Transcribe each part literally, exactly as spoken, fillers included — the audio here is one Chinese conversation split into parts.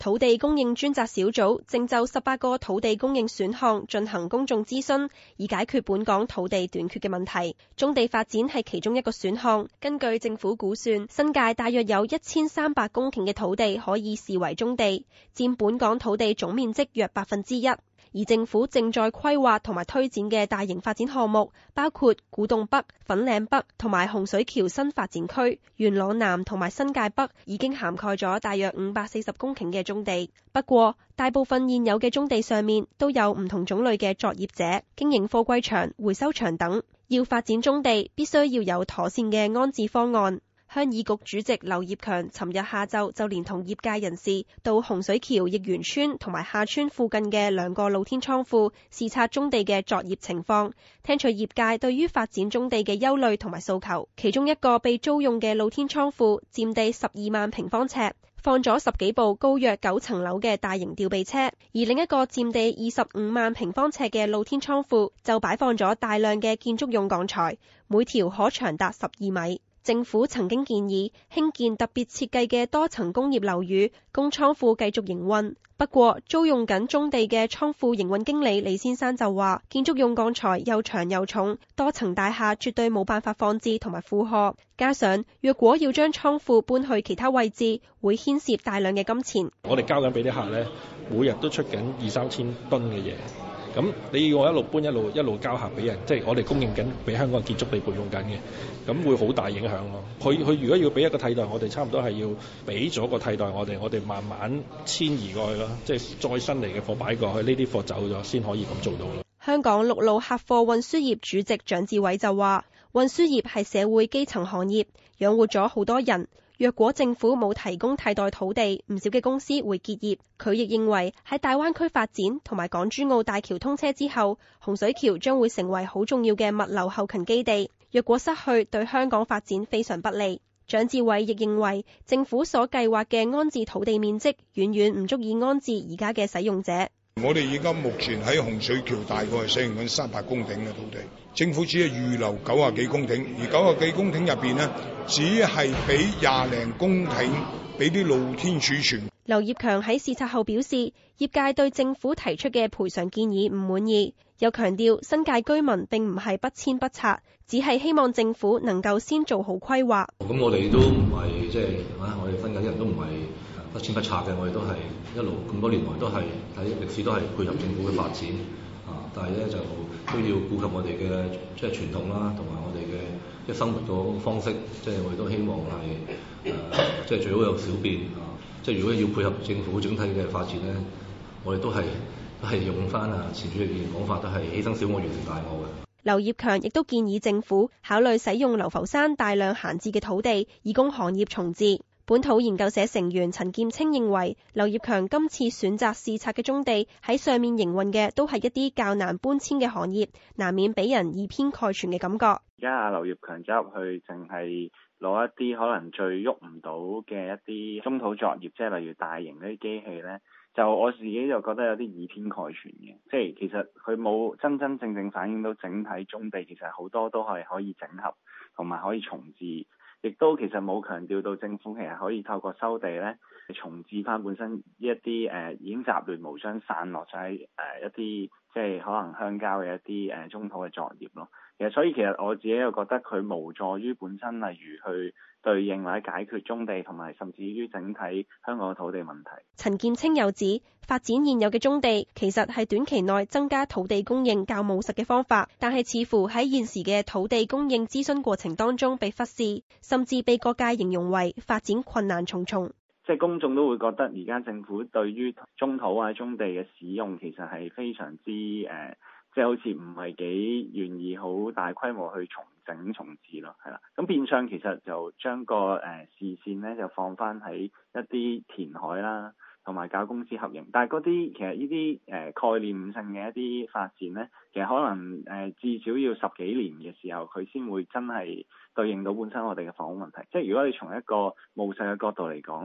土地供應專責小組正就十八個土地供應選項進行公眾諮詢，以解決本港土地短缺嘅問題。棕地發展係其中一個選項。根據政府估算，新界大約有一千三百公頃嘅土地可以視為棕地，佔本港土地總面積約百分之一。而政府正在規劃同埋推展嘅大型發展項目，包括古洞北、粉嶺北同埋洪水橋新發展區、元朗南同埋新界北，已經涵蓋咗大約五百四十公頃嘅棕地。不過，大部分現有嘅棕地上面都有唔同種類嘅作業者經營貨櫃場、回收場等。要發展棕地，必須要有妥善嘅安置方案。鄉議局主席劉業強尋日下晝就連同業界人士到洪水橋奕源邨同埋下邨附近嘅兩個露天倉庫視察棕地嘅作業情況，聽取業界對於發展棕地嘅憂慮同埋訴求。其中一個被租用嘅露天倉庫佔地十二萬平方尺，放咗十幾部高約九層樓嘅大型吊臂車，而另一個佔地二十五萬平方尺嘅露天倉庫就擺放咗大量嘅建築用鋼材，每條可長達十二米。政府曾經建議興建特別設計嘅多層工業樓宇，供倉庫繼續營運。不過，租用緊棕地嘅倉庫營運經理李先生就話，建築用鋼材又長又重，多層大廈絕對冇辦法放置同埋負荷。加上，若果要將倉庫搬去其他位置，會牽涉大量嘅金錢。 我哋交緊俾啲客咧，每日都出緊二三千噸嘅嘢。咁你要我一路搬一路一路交客俾人，即係我哋供應緊俾香港建築地盤用緊嘅，咁會好大影響咯。佢佢如果要俾一個替代，我哋差唔多係要俾咗個替代我哋，我哋慢慢遷移過去咯，即係再新嚟嘅貨擺過去，呢啲貨走咗先可以咁做到咯。 香港陸路客貨運輸業主席蔣志偉就話，運輸業係社會基層行業，養活咗好多人。若果政府冇提供替代土地，唔少嘅公司會結業。佢亦認為喺大灣區發展同埋港珠澳大橋通車之後，洪水橋將會成為好重要嘅物流後勤基地。若果失去，對香港發展非常不利。蔣志偉亦認為，政府所計劃嘅安置土地面積遠遠唔足以安置而家嘅使用者。 我哋而家目前喺洪水橋大概係使用緊三百公頃嘅土地，政府只係預留九十幾公頃，而九十幾公頃入邊呢，只係俾廿零公頃俾啲露天儲存。 劉業強喺視察後表示，業界對政府提出嘅賠償建議唔滿意，又強調新界居民並唔係不遷不拆，只係希望政府能夠先做好規劃。 咁我哋都唔係即係啊，我哋新界啲人都唔係不遷不拆嘅，我哋都係一路咁多年來都係喺歷史都係配合政府嘅發展啊，但係咧就都要顧及我哋嘅即係傳統啦，同埋我哋嘅即係生活嘅方式，即係我哋都希望係誒即係最好有小變啊。即係如果要配合政府整體嘅發展咧，我哋都係都係用翻啊前主席嘅講法，都係犧牲小我完成大我嘅。 劉業強亦都建議政府考慮使用流浮山大量閒置嘅土地，以供行業重置。本土研究社成員陳劍青認為，劉業強今次選擇視察嘅棕地喺上面營運嘅都係一啲較難搬遷嘅行業，難免俾人以偏概全嘅感覺。 而家阿劉業強走入去，淨係攞一啲可能最喐唔到嘅一啲中土作業，即係例如大型嗰啲機器呢，就我自己就覺得有啲以偏概全嘅，即係其實佢冇真真正正反映到整體棕地其實好多都係可以整合同埋可以重置，亦都其實冇強調到政府其實可以透過收地咧重置翻本身一啲誒、呃、已經雜亂無章散落咗喺誒一啲即係可能鄉郊嘅一啲誒中土嘅作業咯。其實所以其實我自己又覺得佢無助於本身例如去對應或者解決棕地同埋甚至於整體香港嘅土地問題。 陳劍青又指，發展現有嘅棕地其實係短期內增加土地供應較務實嘅方法，但係似乎喺現時嘅土地供應諮詢過程當中被忽視，甚至被各界形容為發展困難重重。 即係公眾都會覺得而家政府對於棕土啊棕地嘅使用其實係非常之誒。呃即係好似唔係幾願意好大規模去重整重置咯，係啦。咁變相其實就將個誒、呃、視線咧就放翻喺一啲填海啦，同埋搞公私合營。但係嗰啲其實呢啲誒概念性嘅一啲發展咧，其實可能誒、呃、至少要十幾年嘅時候，佢先會真係對應到本身我哋嘅房屋問題。即係如果你從一個務實嘅角度嚟講咧。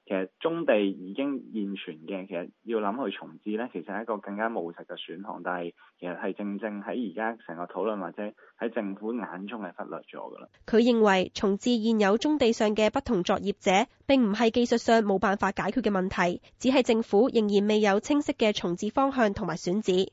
其實棕地已經現存嘅，其實要諗去重置咧，其實係一個更加務實嘅選項，但係其實係正正喺而家成個討論或者喺政府眼中係忽略咗㗎啦。 佢認為重置現有棕地上嘅不同作業者並唔係技術上冇辦法解決嘅問題，只係政府仍然未有清晰嘅重置方向同埋選址。